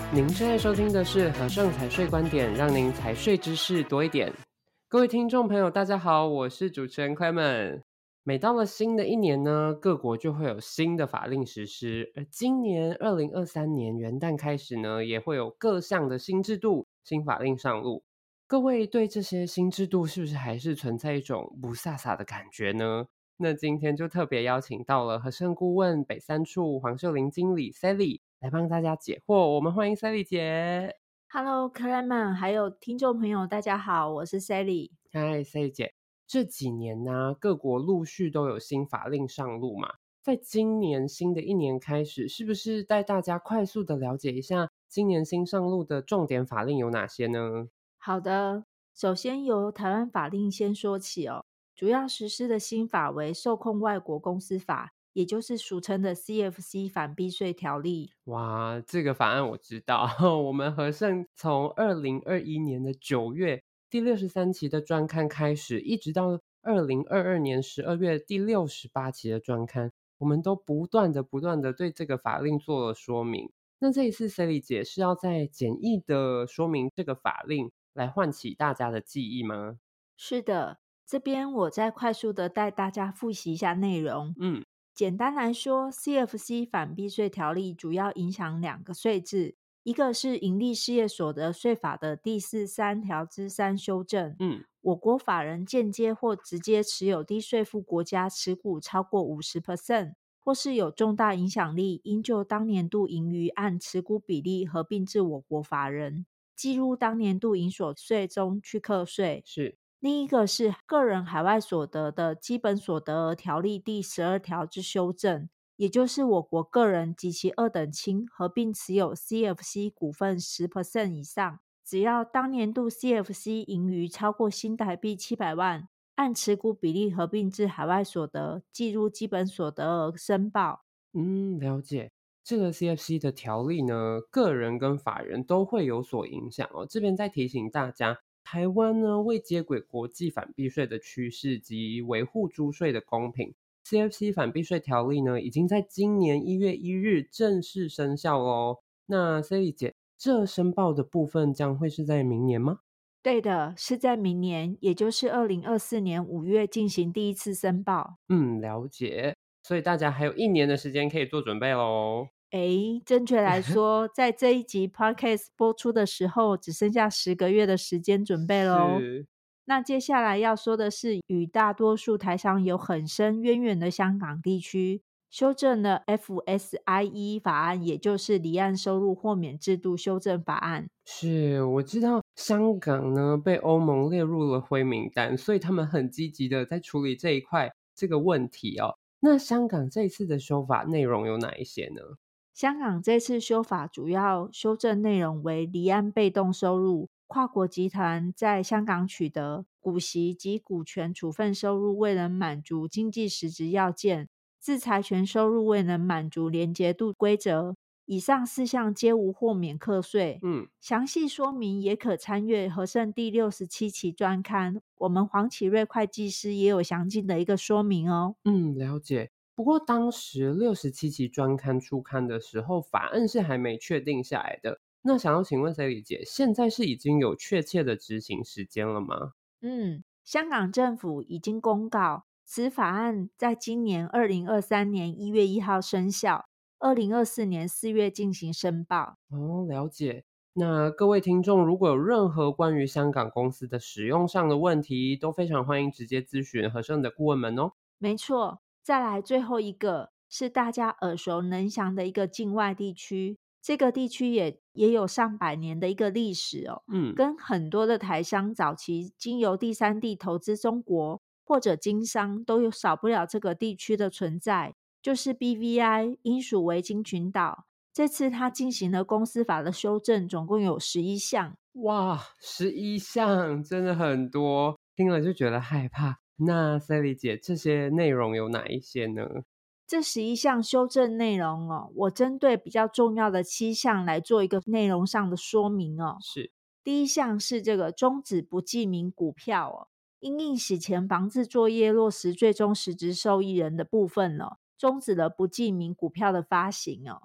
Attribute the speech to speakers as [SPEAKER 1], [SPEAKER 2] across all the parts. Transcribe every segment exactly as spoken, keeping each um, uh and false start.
[SPEAKER 1] 您正在收听的是和盛财税观点，让您财税知识多一点。各位听众朋友大家好，我是主持人 Clement。 每到了新的一年呢，各国就会有新的法令实施，而今年二零二三年元旦开始呢，也会有各项的新制度新法令上路。各位对这些新制度是不是还是存在一种不飒飒的感觉呢？那今天就特别邀请到了和盛顾问北三处黄秀玲经理 Sally 来帮大家解惑。我们欢迎 Sally 姐。
[SPEAKER 2] Hello Clement 还有听众朋友大家好，我是 Sally。
[SPEAKER 1] 嗨 Sally 姐，这几年呢、各国陆续都有新法令上路嘛，在今年新的一年开始，是不是带大家快速的了解一下今年新上路的重点法令有哪些呢？
[SPEAKER 2] 好的，首先由台湾法令先说起哦。主要实施的新法为受控外国公司法，也就是俗称的 C F C 反避税条例。
[SPEAKER 1] 哇，这个法案我知道，我们和盛从二零二一年的九月第六十三期的专刊开始，一直到二零二二年十二月第六十八期的专刊，我们都不断的不断的对这个法令做了说明。那这一次 Sally 姐是要在简易的说明这个法令，来唤起大家的记忆吗？
[SPEAKER 2] 是的，这边我再快速的带大家复习一下内容。
[SPEAKER 1] 嗯
[SPEAKER 2] 简单来说， C F C 反避税条例主要影响两个税制，一个是营利事业所得税法的第四十三条之三修正，
[SPEAKER 1] 嗯
[SPEAKER 2] 我国法人间接或直接持有低税负国家持股超过 百分之五十， 或是有重大影响力，应就当年度盈余按持股比例合并至我国法人，计入当年度营所税中去课税。
[SPEAKER 1] 是
[SPEAKER 2] 另一个是个人海外所得的基本所得额条例第十二条之修正，也就是我国个人及其二等亲合并持有 C F C 股份 百分之十 以上，只要当年度 C F C 盈余超过新台币七百万，按持股比例合并至海外所得，计入基本所得额申报。
[SPEAKER 1] 嗯，了解。这个 C F C 的条例呢，个人跟法人都会有所影响哦。这边再提醒大家，台湾呢为接轨国际反避税的趋势及维护租税的公平，C F C 反避税条例呢已经在今年一月一日正式生效咯。那 Sally 姐，这申报的部分将会是在明年吗？
[SPEAKER 2] 对的，是在明年，也就是二零二四年五月进行第一次申报。
[SPEAKER 1] 嗯，了解。所以大家还有一年的时间可以做准备咯。
[SPEAKER 2] 诶，正确来说，在这一集 Podcast 播出的时候，只剩下十个月的时间准备咯。
[SPEAKER 1] 是
[SPEAKER 2] 那接下来要说的是，与大多数台商有很深渊源的香港地区，修正了 F S I E 法案，也就是离岸收入豁免制度修正法案。
[SPEAKER 1] 是，我知道香港呢被欧盟列入了灰名单，所以他们很积极的在处理这一块这个问题哦。那香港这次的修法内容有哪一些呢？
[SPEAKER 2] 香港这次修法主要修正内容为离岸被动收入、跨国集团在香港取得股息及股权处分收入未能满足经济实质要件，自财权收入未能满足连结度规则，以上四项皆无豁免课税。
[SPEAKER 1] 嗯
[SPEAKER 2] 详细说明也可参阅和盛第六十七期专刊，我们黄启瑞会计师也有详尽的一个说明哦。
[SPEAKER 1] 嗯，了解。不过当时六十七期专刊出刊的时候，法案是还没确定下来的。那想要请问 Sally 姐，现在是已经有确切的执行时间了吗？
[SPEAKER 2] 嗯，香港政府已经公告，此法案在今年二零二三年一月一号生效，二零二四年四月进行申报。
[SPEAKER 1] 哦，了解。那各位听众如果有任何关于香港公司的使用上的问题，都非常欢迎直接咨询和盛的顾问们哦。
[SPEAKER 2] 没错，再来最后一个是大家耳熟能详的一个境外地区，这个地区也也有上百年的一个历史哦，
[SPEAKER 1] 嗯，
[SPEAKER 2] 跟很多的台商早期经由第三地投资中国或者经商都有少不了这个地区的存在，就是 B V I 英属维京群岛。这次他进行了公司法的修正，总共有十一项。
[SPEAKER 1] 哇，十一项真的很多，听了就觉得害怕。那 Sally 姐，这些内容有哪一些呢？
[SPEAKER 2] 这十一项修正内容哦，我针对比较重要的七项来做一个内容上的说明哦。
[SPEAKER 1] 是，
[SPEAKER 2] 第一项是这个终止不记名股票哦，因应洗钱防治作业落实最终实质受益人的部分哦，终止了不记名股票的发行哦。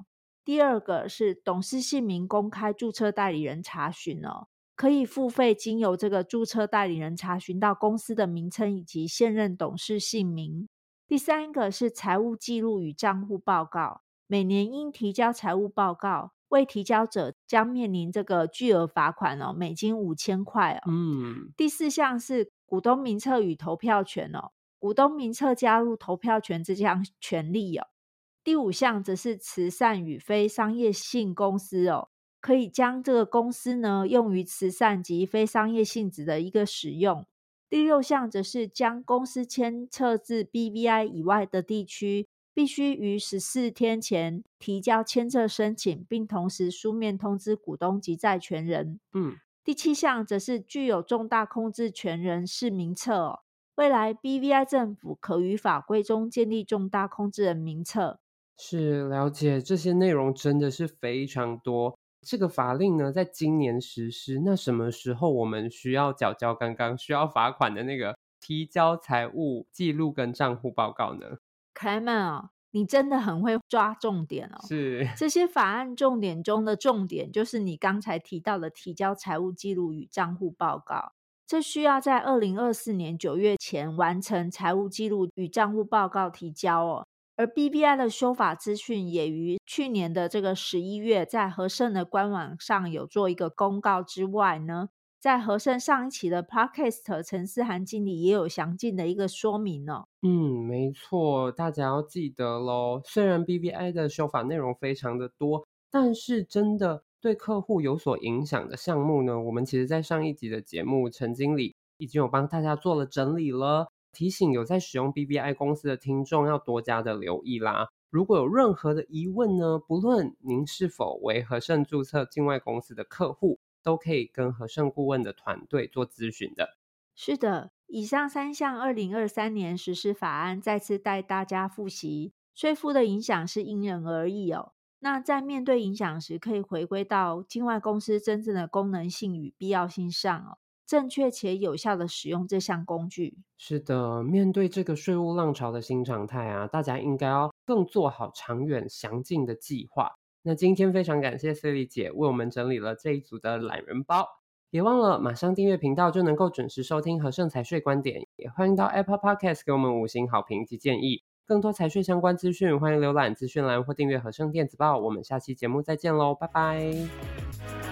[SPEAKER 2] 第二个是董事姓名公开注册代理人查询哦，可以付费经由这个注册代理人查询到公司的名称以及现任董事姓名。第三个是财务记录与账户报告，每年应提交财务报告，未提交者将面临这个巨额罚款哦，美金五千块哦。
[SPEAKER 1] 嗯，
[SPEAKER 2] 第四项是股东名册与投票权哦，股东名册加入投票权这项权利哦。第五项则是慈善与非商业性公司哦，可以将这个公司呢用于慈善及非商业性质的一个使用。第六项则是将公司迁册至 B V I 以外的地区，必须于十四天前提交迁册申请，并同时书面通知股东及债权人。
[SPEAKER 1] 嗯，
[SPEAKER 2] 第七项则是具有重大控制权人士名册哦，未来 B V I 政府可于法规中建立重大控制人名册。
[SPEAKER 1] 是了解，这些内容真的是非常多。这个法令呢，在今年实施，那什么时候我们需要缴交刚刚需要罚款的那个提交财务记录跟账户报告呢？
[SPEAKER 2] 凯曼哦，你真的很会抓重点哦。
[SPEAKER 1] 是，
[SPEAKER 2] 这些法案重点中的重点，就是你刚才提到的提交财务记录与账户报告。这需要在二零二四年九月前完成财务记录与账户报告提交哦。而 B V I 的修法资讯也于去年的这个十一月在和盛的官网上有做一个公告之外呢，在和盛上一期的 Podcast 陈思涵经理也有详尽的一个说明哦。
[SPEAKER 1] 嗯，没错，大家要记得咯，虽然 B V I 的修法内容非常的多，但是真的对客户有所影响的项目呢，我们其实在上一集的节目陈经理已经有帮大家做了整理了，提醒有在使用 B V I 公司的听众要多加的留意啦。如果有任何的疑问呢，不论您是否为和盛注册境外公司的客户，都可以跟和盛顾问的团队做咨询的。
[SPEAKER 2] 是的，以上三项二零二三年实施法案再次带大家复习，税负的影响是因人而异哦。那在面对影响时，可以回归到境外公司真正的功能性与必要性上哦，正确且有效的使用这项工具。
[SPEAKER 1] 是的，面对这个税务浪潮的新常态啊，大家应该要更做好长远详尽的计划。那今天非常感谢 Silly 姐为我们整理了这一组的懒人包，别忘了马上订阅频道就能够准时收听和盛财税观点，也欢迎到 Apple Podcast 给我们五星好评及建议。更多财税相关资讯，欢迎浏览资讯栏或订阅和盛电子报。我们下期节目再见喽，拜拜。